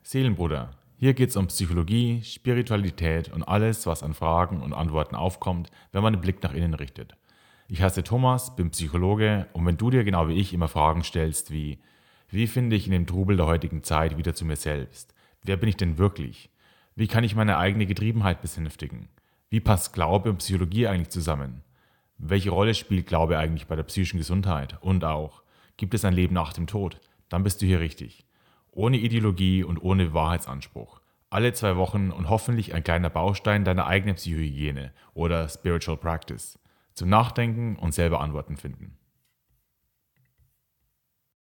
Seelenbruder, hier geht es um Psychologie, Spiritualität und alles, was an Fragen und Antworten aufkommt, wenn man den Blick nach innen richtet. Ich heiße Thomas, bin Psychologe und wenn du dir genau wie ich immer Fragen stellst wie finde ich in dem Trubel der heutigen Zeit wieder zu mir selbst? Wer bin ich denn wirklich? Wie kann ich meine eigene Getriebenheit besänftigen? Wie passt Glaube und Psychologie eigentlich zusammen? Welche Rolle spielt Glaube eigentlich bei der psychischen Gesundheit? Und auch, gibt es ein Leben nach dem Tod? Dann bist du hier richtig. Ohne Ideologie und ohne Wahrheitsanspruch. Alle 2 Wochen und hoffentlich ein kleiner Baustein deiner eigenen Psychohygiene oder Spiritual Practice. Zum Nachdenken und selber Antworten finden.